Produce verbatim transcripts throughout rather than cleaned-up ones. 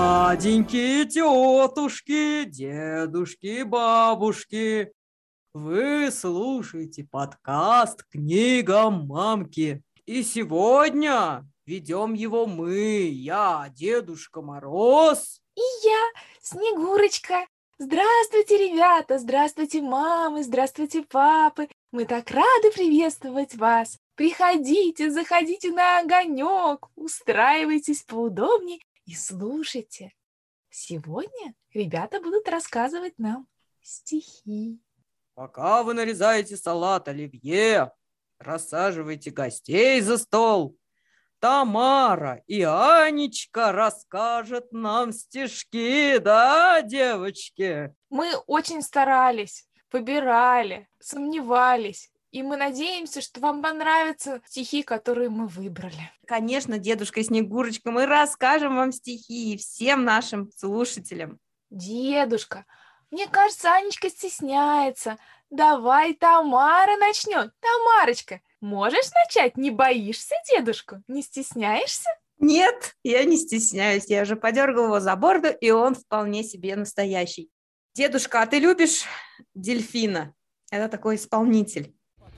Дяденьки, тетушки, дедушки, бабушки, вы слушаете подкаст «Книга мамки». И сегодня ведем его мы, я, Дедушка Мороз. И я, Снегурочка. Здравствуйте, ребята, здравствуйте, мамы, здравствуйте, папы. Мы так рады приветствовать вас. Приходите, заходите на огонек, устраивайтесь поудобнее и слушайте. Сегодня ребята будут рассказывать нам стихи. Пока вы нарезаете салат оливье, рассаживайте гостей за стол, Тамара и Анечка расскажут нам стишки, да, девочки? Мы очень старались, выбирали, сомневались. И мы надеемся, что вам понравятся стихи, которые мы выбрали. Конечно, дедушка и Снегурочка, мы расскажем вам стихи всем нашим слушателям. Дедушка, мне кажется, Анечка стесняется. Давай Тамара начнет. Тамарочка, можешь начать? Не боишься дедушку? Не стесняешься? Нет, я не стесняюсь. Я уже подергала его за борду, и он вполне себе настоящий. Дедушка, а ты любишь дельфина? Это такой исполнитель.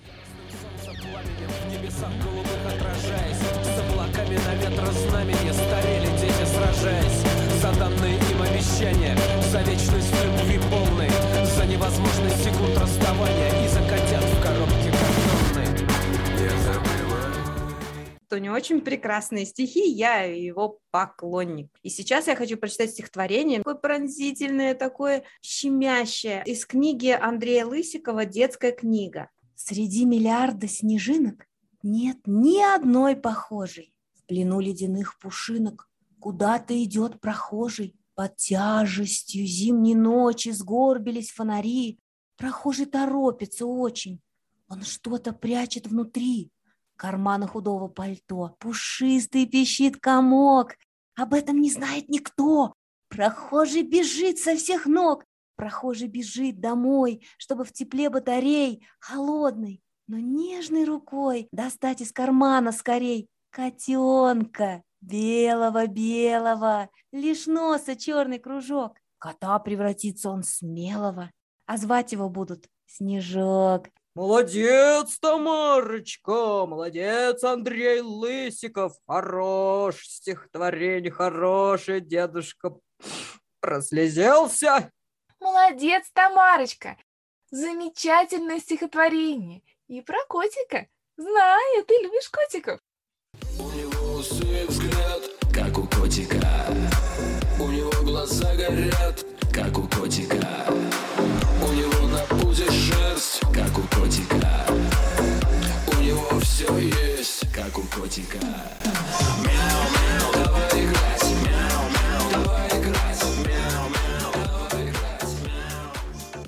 За данные им обещания, за вечность любви полной, за невозможность секунд расставания и за котят в коробке картонной. У него очень прекрасные стихи, я его поклонник. И сейчас я хочу прочитать стихотворение, такое пронзительное, такое щемящее, из книги Андрея Лысикова «Детская книга». Среди миллиарда снежинок нет ни одной похожей. В плену ледяных пушинок куда-то идет прохожий. Под тяжестью зимней ночи сгорбились фонари. Прохожий торопится очень. Он что-то прячет внутри. Карманы худого пальто. Пушистый пищит комок. Об этом не знает никто. Прохожий бежит со всех ног. Прохожий бежит домой, чтобы в тепле батарей, холодной, но нежной рукой достать из кармана скорей котенка. Белого-белого, лишь носа черный кружок. Кота превратится он смелого, а звать его будут Снежок. Молодец, Тамарочка, молодец, Андрей Лысиков. Хорош стихотворение, хорошее, дедушка прослезился. Молодец, Тамарочка. Замечательное стихотворение. И про котика. Знаю, ты любишь котиков. У него усы взгляд, как у котика. У него глаза горят, как у котика. У него на пузе шерсть, как у котика. У него все есть, как у котика. Мяу, мяу, давай играть. Мяу, мяу, давай играть. Мяу, мяу, давай играть. Мяу.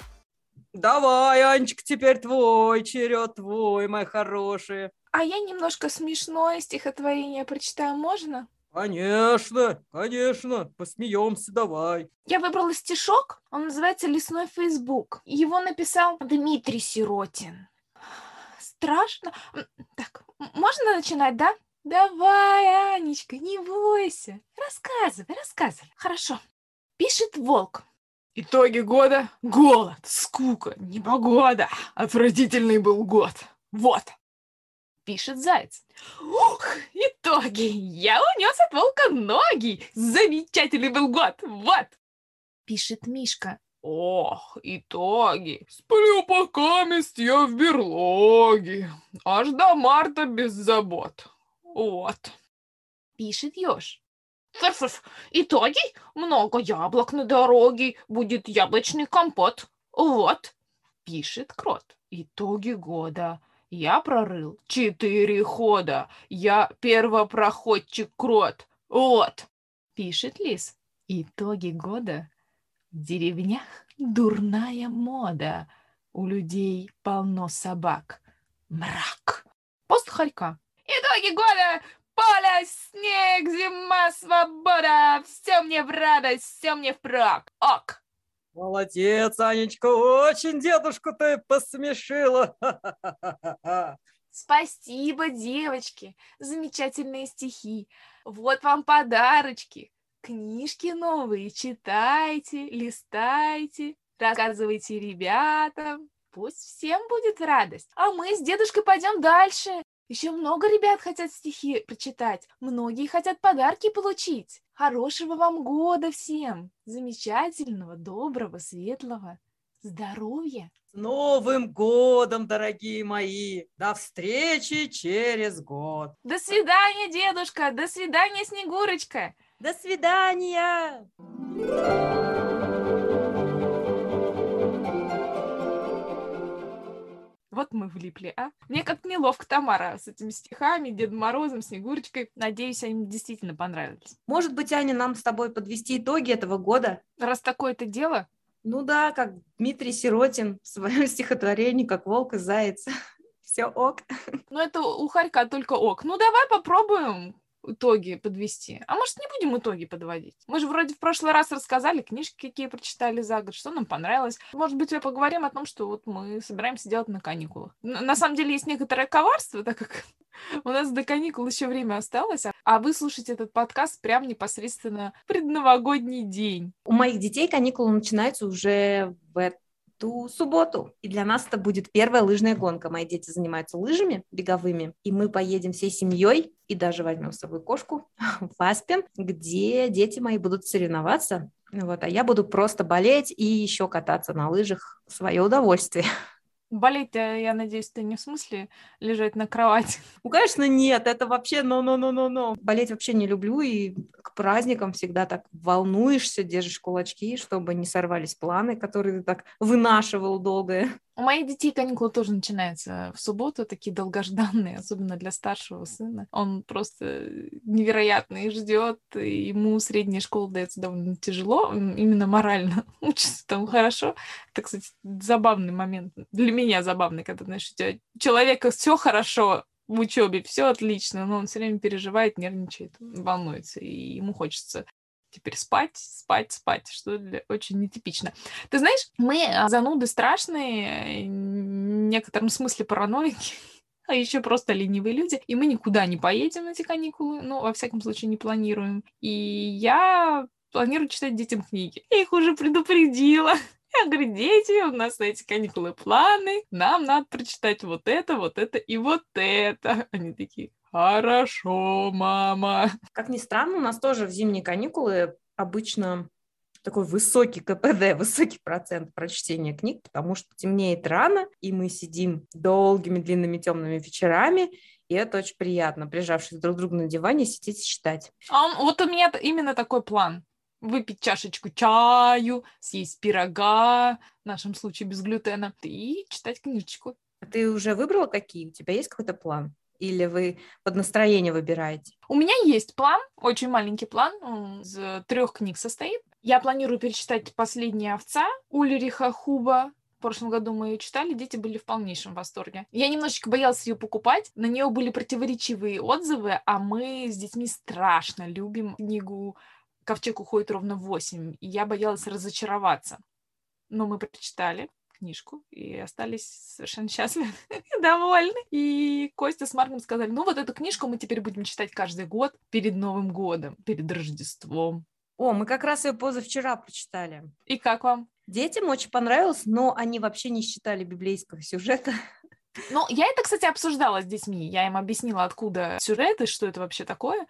Давай, Анечка, теперь твой черед, твой, мои хорошие. А я немножко смешное стихотворение прочитаю, можно? Конечно, конечно, посмеемся, давай. Я выбрала стишок, он называется «Лесной Фейсбук». Его написал Дмитрий Сиротин. Страшно. Так, можно начинать, да? Давай, Анечка, не бойся. Рассказывай, рассказывай. Хорошо. Пишет волк. Итоги года – голод, скука, непогода. Отвратительный был год. Вот. Пишет заяц. Ух, итоги! Я унес от волка ноги! Замечательный был год! Вот! Пишет Мишка. Ох, итоги! Сплю покамест я в берлоге, аж до марта без забот. Вот. Пишет еж. Фырфырф, итоги? Много яблок на дороге, будет яблочный компот. Вот. Пишет крот. Итоги года. Я прорыл четыре хода. Я первопроходчик-крот. Вот. Пишет лис. Итоги года. В деревнях дурная мода. У людей полно собак. Мрак. Пост Харька. Итоги года. Поле, снег, зима, свобода. Все мне в радость, все мне впрок. Ок. Молодец, Анечка, очень дедушку ты посмешила. Спасибо, девочки, замечательные стихи. Вот вам подарочки. книжки новые читайте, листайте, рассказывайте ребятам. Пусть всем будет в радость. А мы с дедушкой пойдем дальше. Еще много ребят хотят стихи прочитать. Многие хотят подарки получить. Хорошего вам года всем. Замечательного, доброго, светлого. Здоровья. С Новым годом, дорогие мои! До встречи через год! До свидания, дедушка! До свидания, Снегурочка! До свидания! Вот мы влипли, а? Мне как-то неловко, Тамара, с этими стихами, Дедом Морозом, Снегурочкой. Надеюсь, они действительно понравились. Может быть, Аня, нам с тобой подвести итоги этого года? Раз такое-то дело... Ну да, как Дмитрий Сиротин в своем стихотворении «Как волк и заяц». Все ок. Ну, это у Харька только ок. Ну, давай попробуем итоги подвести. А может, не будем итоги подводить? Мы же вроде в прошлый раз рассказали, книжки какие прочитали за год, что нам понравилось. Может быть, мы поговорим о том, что вот мы собираемся делать на каникулах. На самом деле есть некоторое коварство, так как у нас до каникул еще время осталось, а вы слушаете этот подкаст прям непосредственно в предновогодний день. У моих детей каникулы начинаются уже в эту субботу. И для нас это будет первая лыжная гонка. Мои дети занимаются лыжами беговыми, и мы поедем всей семьей и даже возьмем с собой кошку в Аспен, где дети мои будут соревноваться. Вот, а я буду просто болеть и еще кататься на лыжах в свое удовольствие. Болеть, я надеюсь, ты не в смысле лежать на кровати? Ну, конечно, нет, это вообще но-но-но-но-но. Болеть вообще не люблю, и к праздникам всегда так волнуешься, держишь кулачки, чтобы не сорвались планы, которые ты так вынашивал долго. У моих детей каникулы тоже начинаются в субботу, такие долгожданные, особенно для старшего сына. Он просто невероятно ждет, и ему средняя школа дается довольно тяжело, именно морально учится там хорошо. Это, кстати, забавный момент, для меня забавный, когда, знаешь, у тебя человека все хорошо в учебе, все отлично, но он все время переживает, нервничает, волнуется, и ему хочется теперь спать, спать, спать, что для... очень нетипично. Ты знаешь, мы зануды страшные, в некотором смысле параноики, а еще просто ленивые люди, и мы никуда не поедем на эти каникулы, ну, во всяком случае, не планируем. И я планирую читать детям книги. Я их уже предупредила. Я говорю, дети, у нас на эти каникулы планы, нам надо прочитать вот это, вот это и вот это. Они такие... Хорошо, мама. Как ни странно, у нас тоже в зимние каникулы обычно такой высокий ка пэ дэ, высокий процент прочтения книг, потому что темнеет рано, и мы сидим долгими длинными темными вечерами, и это очень приятно, прижавшись друг к другу на диване, сидеть и читать. А он, вот у меня именно такой план. Выпить чашечку чаю, съесть пирога, в нашем случае без глютена, и читать книжечку. А ты уже выбрала какие? У тебя есть какой-то план? Или вы под настроение выбираете? У меня есть план, очень маленький план, он из трех книг состоит. Я планирую перечитать «Последняя овца» Ульриха Хуба. В прошлом году мы ее читали, дети были в полнейшем восторге. Я немножечко боялась ее покупать, на нее были противоречивые отзывы, а мы с детьми страшно любим книгу «Ковчег уходит ровно в восемь», и я боялась разочароваться. Но мы прочитали книжку и остались совершенно счастливы и довольны. И Костя с Марком сказали, ну вот эту книжку мы теперь будем читать каждый год перед Новым годом, перед Рождеством. О, мы как раз ее позавчера прочитали. И как вам? Детям очень понравилось, но они вообще не считали библейского сюжета. Ну, я это, кстати, обсуждала с детьми. Я им объяснила, откуда сюжет и что это вообще такое.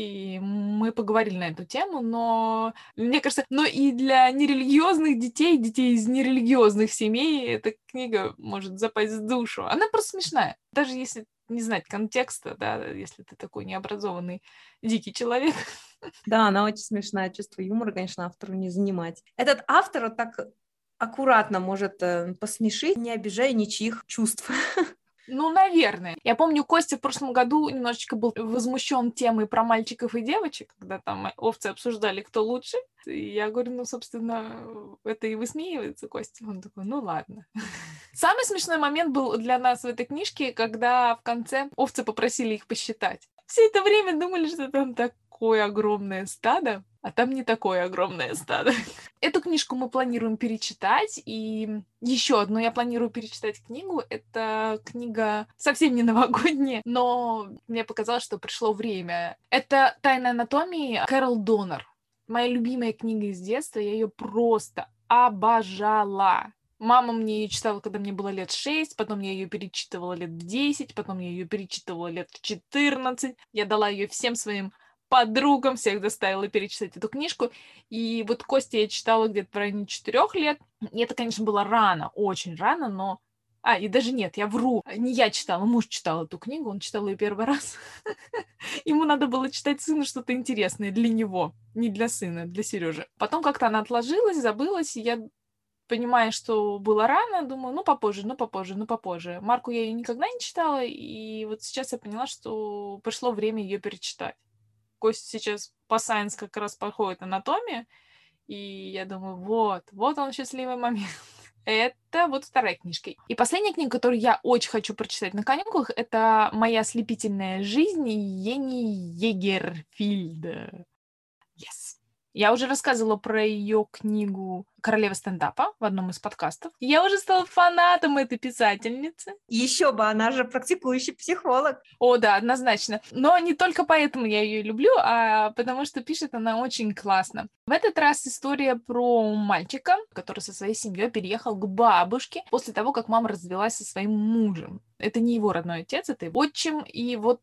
И мы поговорили на эту тему, но мне кажется, но и для нерелигиозных детей, детей из нерелигиозных семей, эта книга может запасть в душу. Она просто смешная. Даже если не знать контекста, да, если ты такой необразованный дикий человек. Да, она очень смешная. Чувство юмора, конечно, автору не занимать. Этот автор вот так аккуратно может посмешить, не обижая ничьих чувств. Ну, наверное. Я помню, Костя в прошлом году немножечко был возмущен темой про мальчиков и девочек, когда там овцы обсуждали, кто лучше. И я говорю, ну, собственно, это и высмеивается, Костя. Он такой, ну, ладно. Самый смешной момент был для нас в этой книжке, когда в конце овцы попросили их посчитать. Все это время думали, что там такое огромное стадо, а там не такое огромное стадо. Эту книжку мы планируем перечитать, и еще одну я планирую перечитать книгу. Это книга совсем не новогодняя, но мне показалось, что пришло время. Это «Тайна анатомии» Кэрол Доннер. Моя любимая книга из детства, я ее просто обожала. Мама мне ее читала, когда мне было лет шесть, потом я ее перечитывала лет в десять, потом я ее перечитывала лет в четырнадцать. Я дала ее всем своим подругам, всех заставила перечитать эту книжку. И вот Кости я читала где-то в районе четырех лет. И это, конечно, было рано, очень рано, но... А, и даже нет, я вру. Не я читала, муж читал эту книгу, он читал ее первый раз. Ему надо было читать сыну что-то интересное для него, не для сына, для Сережи. Потом как-то она отложилась, забылась, и я... Понимая, что было рано, думаю, ну попозже, ну попозже, ну попозже. Марку я ее никогда не читала, и вот сейчас я поняла, что пришло время ее перечитать. Костя сейчас по Science как раз проходит анатомию, и я думаю, вот, вот он счастливый момент. Это вот вторая книжка. И последняя книга, которую я очень хочу прочитать на каникулах, это «Моя ослепительная жизнь» Йенни Егерфильда. Yes. Я уже рассказывала про ее книгу «Королева стендапа» в одном из подкастов. Я уже стала фанатом этой писательницы. Еще бы, она же практикующий психолог. О, да, однозначно. Но не только поэтому я ее люблю, а потому что пишет она очень классно. В этот раз история про мальчика, который со своей семьей переехал к бабушке после того, как мама развелась со своим мужем. Это не его родной отец, это его отчим. И вот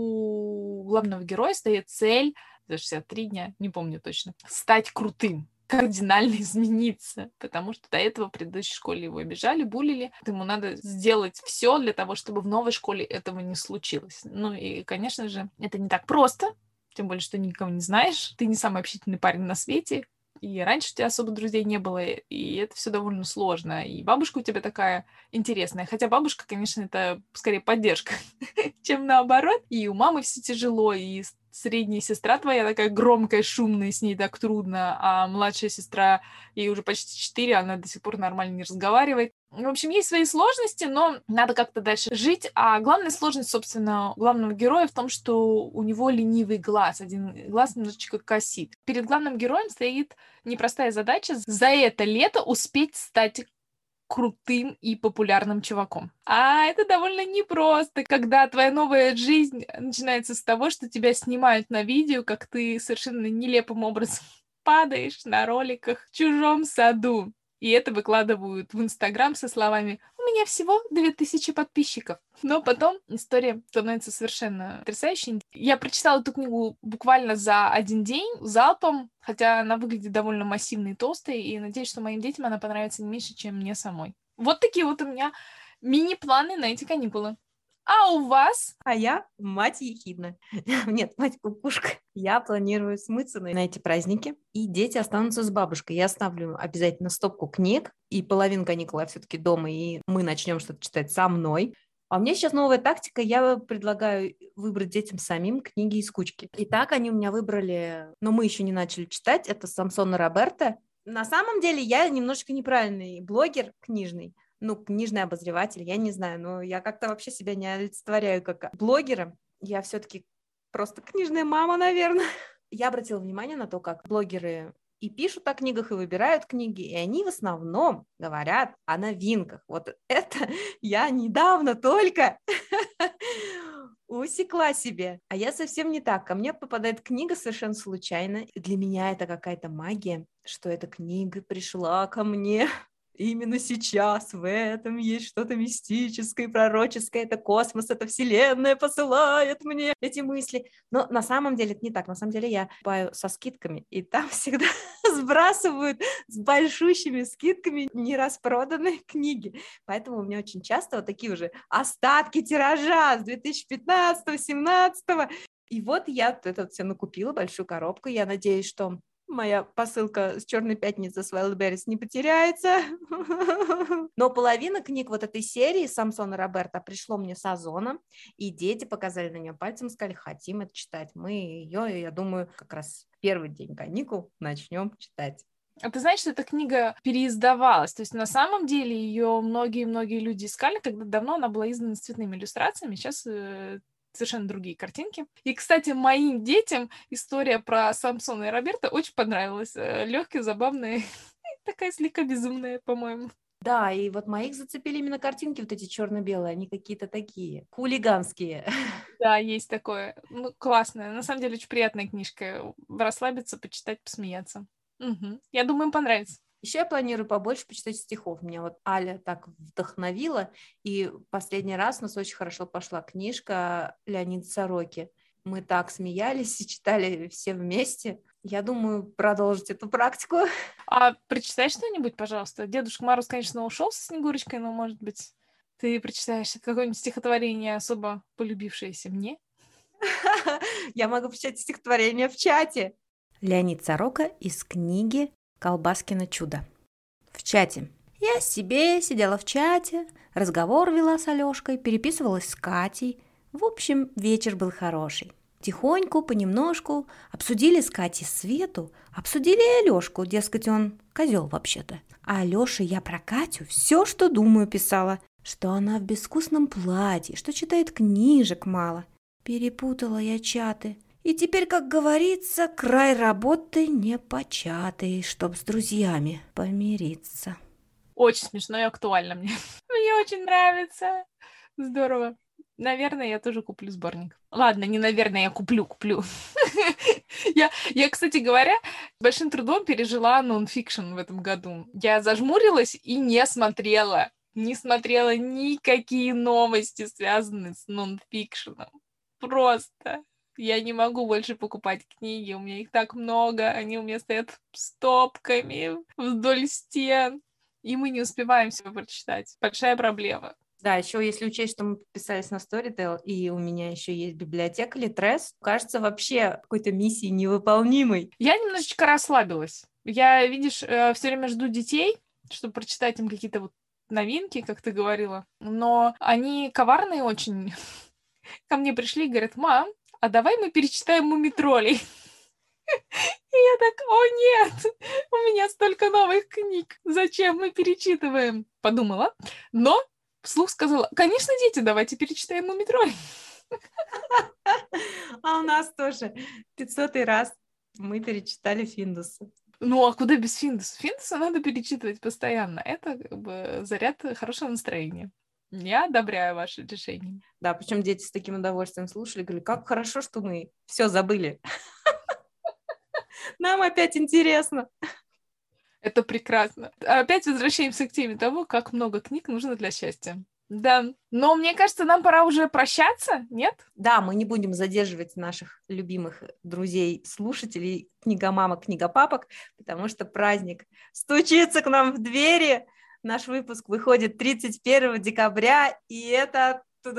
у главного героя стоит цель за шестьдесят три дня, не помню точно, стать крутым, кардинально измениться, потому что до этого в предыдущей школе его обижали, булили. Ему надо сделать все для того, чтобы в новой школе этого не случилось. Ну и, конечно же, это не так просто, тем более, что никого не знаешь, ты не самый общительный парень на свете, и раньше у тебя особо друзей не было, и это все довольно сложно. И бабушка у тебя такая интересная. Хотя бабушка, конечно, это скорее поддержка, чем наоборот. И у мамы все тяжело, и средняя сестра твоя такая громкая, шумная, с ней так трудно, а младшая сестра, ей уже почти четыре, она до сих пор нормально не разговаривает. В общем, есть свои сложности, но надо как-то дальше жить. А главная сложность, собственно, главного героя в том, что у него ленивый глаз. Один глаз немножечко косит. Перед главным героем стоит непростая задача за это лето успеть стать крутым и популярным чуваком. А это довольно непросто, когда твоя новая жизнь начинается с того, что тебя снимают на видео, как ты совершенно нелепым образом падаешь на роликах в чужом саду. И это выкладывают в Инстаграм со словами «У меня всего две тысячи подписчиков». Но потом история становится совершенно потрясающей. Я прочитала эту книгу буквально за один день, залпом, хотя она выглядит довольно массивной и толстой, и надеюсь, что моим детям она понравится не меньше, чем мне самой. Вот такие вот у меня мини-планы на эти каникулы. А у вас? А я мать ехидна. Нет, мать кукушка. Я планирую смыться на эти праздники, и дети останутся с бабушкой. Я оставлю обязательно стопку книг, и половину каникул я все-таки дома, и мы начнем что-то читать со мной. А у меня сейчас новая тактика. Я предлагаю выбрать детям самим книги из кучки. И так они у меня выбрали, но мы еще не начали читать. Это Самсон и Роберто. На самом деле я немножечко неправильный блогер книжный. Ну, книжный обозреватель, я не знаю, но я как-то вообще себя не олицетворяю как блогера. Я все-таки просто книжная мама, наверное. Я обратила внимание на то, как блогеры и пишут о книгах, и выбирают книги, и они в основном говорят о новинках. Вот это я недавно только усекла себе. А я совсем не так. Ко мне попадает книга совершенно случайно. И для меня это какая-то магия, что эта книга пришла ко мне именно сейчас, в этом есть что-то мистическое, пророческое, это космос, это вселенная посылает мне эти мысли. Но на самом деле это не так. На самом деле я покупаю со скидками, и там всегда сбрасывают с большущими скидками нераспроданные книги. Поэтому у меня очень часто вот такие уже остатки тиража с две тысячи пятнадцатого — семнадцатого. И вот я это все накупила, большую коробку. Я надеюсь, что моя посылка с «Черной пятницы» с Wildberries не потеряется. Но половина книг вот этой серии Самсон и Роберто пришло мне с Озона, и дети показали на нее пальцем, сказали, хотим это читать. Мы ее, я думаю, как раз в первый день каникул начнем читать. А ты знаешь, что эта книга переиздавалась? То есть на самом деле ее многие-многие люди искали, когда давно она была издана с цветными иллюстрациями. Сейчас э, совершенно другие картинки. И, кстати, моим детям история про Самсона и Роберто очень понравилась. Легкая, забавная, такая слегка безумная, по-моему. Да, и вот моих зацепили именно картинки вот эти черно-белые, они какие-то такие хулиганские. Да, есть такое. Ну, классная. На самом деле, очень приятная книжка. Расслабиться, почитать, посмеяться. Мгм. Я думаю, им понравится. Еще я планирую побольше почитать стихов. Меня вот Аля так вдохновила, и последний раз у нас очень хорошо пошла книжка Леонида Сороки. Мы так смеялись и читали все вместе. Я думаю, продолжить эту практику. А прочитай что-нибудь, пожалуйста. Дедушка Мороз, конечно, ушел со Снегурочкой, но, может быть, ты прочитаешь какое-нибудь стихотворение, особо полюбившееся мне? Я могу прочитать стихотворение в чате. Леонид Сорока из книги «Колбаскино чудо». В чате. Я себе сидела в чате, разговор вела с Алёшкой, переписывалась с Катей. В общем, вечер был хороший. Тихоньку, понемножку обсудили с Катей Свету, обсудили и Алёшку, дескать, он козел вообще-то. А Алёше я про Катю все, что думаю, писала, что она в безвкусном платье, что читает книжек мало. Перепутала я чаты. И теперь, как говорится, край работы непочатый, чтоб с друзьями помириться. Очень смешно и актуально мне. Мне очень нравится. Здорово. Наверное, я тоже куплю сборник. Ладно, не наверное, я куплю, куплю. я, я, кстати говоря, с большим трудом пережила нонфикшн в этом году. Я зажмурилась и не смотрела. Не смотрела никакие новости, связанные с нонфикшеном. Просто. Я не могу больше покупать книги, у меня их так много, они у меня стоят стопками вдоль стен, и мы не успеваем все прочитать. Большая проблема. Да, еще если учесть, что мы подписались на Storytel, и у меня еще есть библиотека Литрес, кажется вообще какой-то миссией невыполнимой. Я немножечко расслабилась. Я, видишь, все время жду детей, чтобы прочитать им какие-то вот новинки, как ты говорила, но они коварные очень. Ко мне пришли и говорят: мам, а давай мы перечитаем «Мумитролей». И я так: о нет, у меня столько новых книг, зачем мы перечитываем? Подумала, но вслух сказала: конечно, дети, давайте перечитаем «Мумитролей». А у нас тоже пятисотый раз мы перечитали Финдуса. Ну, а куда без Финдуса? Финдуса надо перечитывать постоянно. Это как бы заряд хорошего настроения. Я одобряю ваше решение. Да, причем дети с таким удовольствием слушали, говорили: как хорошо, что мы все забыли. Нам опять интересно. Это прекрасно. Опять возвращаемся к теме того, как много книг нужно для счастья. Да, но мне кажется, нам пора уже прощаться, нет? Да, мы не будем задерживать наших любимых друзей, слушателей, книгомамок, книгопапок, потому что праздник стучится к нам в двери. Наш выпуск выходит тридцать первого декабря, и это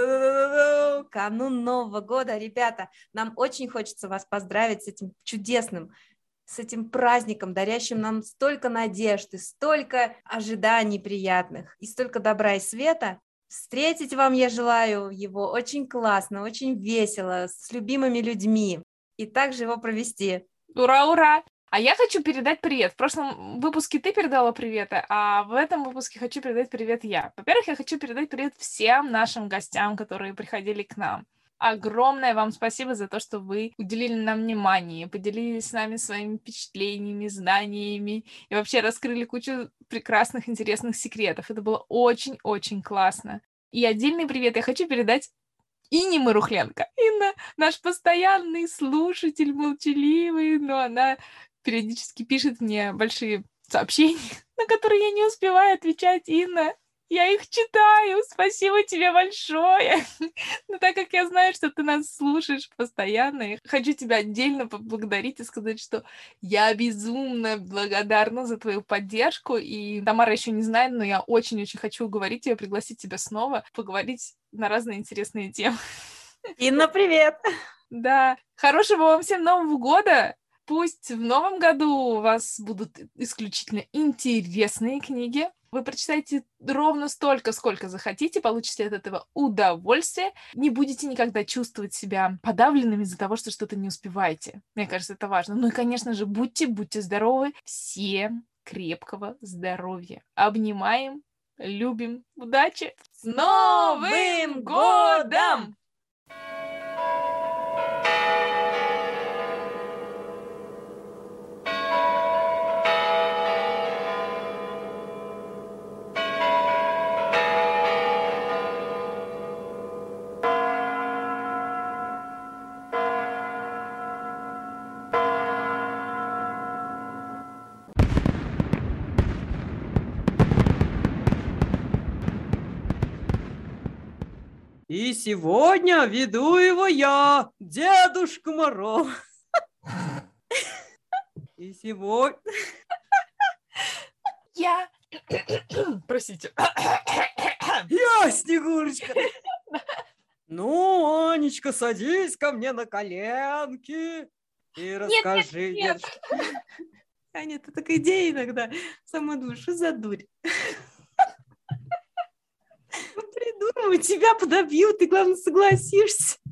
канун Нового года. Ребята, нам очень хочется вас поздравить с этим чудесным, с этим праздником, дарящим нам столько надежд и столько ожиданий приятных, и столько добра и света. Встретить вам я желаю его очень классно, очень весело, с любимыми людьми, и также его провести. Ура, ура! А я хочу передать привет. В прошлом выпуске ты передала приветы, а в этом выпуске хочу передать привет я. Во-первых, я хочу передать привет всем нашим гостям, которые приходили к нам. Огромное вам спасибо за то, что вы уделили нам внимание, поделились с нами своими впечатлениями, знаниями и вообще раскрыли кучу прекрасных, интересных секретов. Это было очень-очень классно. И отдельный привет я хочу передать Инне Марухленко. Инна — наш постоянный слушатель, молчаливый, но она периодически пишет мне большие сообщения, на которые я не успеваю отвечать. Инна, я их читаю, спасибо тебе большое. Но так как я знаю, что ты нас слушаешь постоянно, я хочу тебя отдельно поблагодарить и сказать, что я безумно благодарна за твою поддержку. И Тамара еще не знает, но я очень-очень хочу уговорить тебя, пригласить тебя снова, поговорить на разные интересные темы. Инна, привет! Да, хорошего вам всем Нового года! Пусть в новом году у вас будут исключительно интересные книги. Вы прочитаете ровно столько, сколько захотите, получите от этого удовольствие. Не будете никогда чувствовать себя подавленными из-за того, что что-то не успеваете. Мне кажется, это важно. Ну и, конечно же, будьте, будьте здоровы. Всем крепкого здоровья. Обнимаем, любим. Удачи! С Новым годом! И сегодня веду его я, Дедушка Мороз. И сегодня... Я... Простите. Я, Снегурочка. Ну, Анечка, садись ко мне на коленки и расскажи. Нет, нет, нет. Аня, это такая идея иногда. Сама думаю, что за дурь? Придумывай, тебя подобьют, ты, главное, согласишься.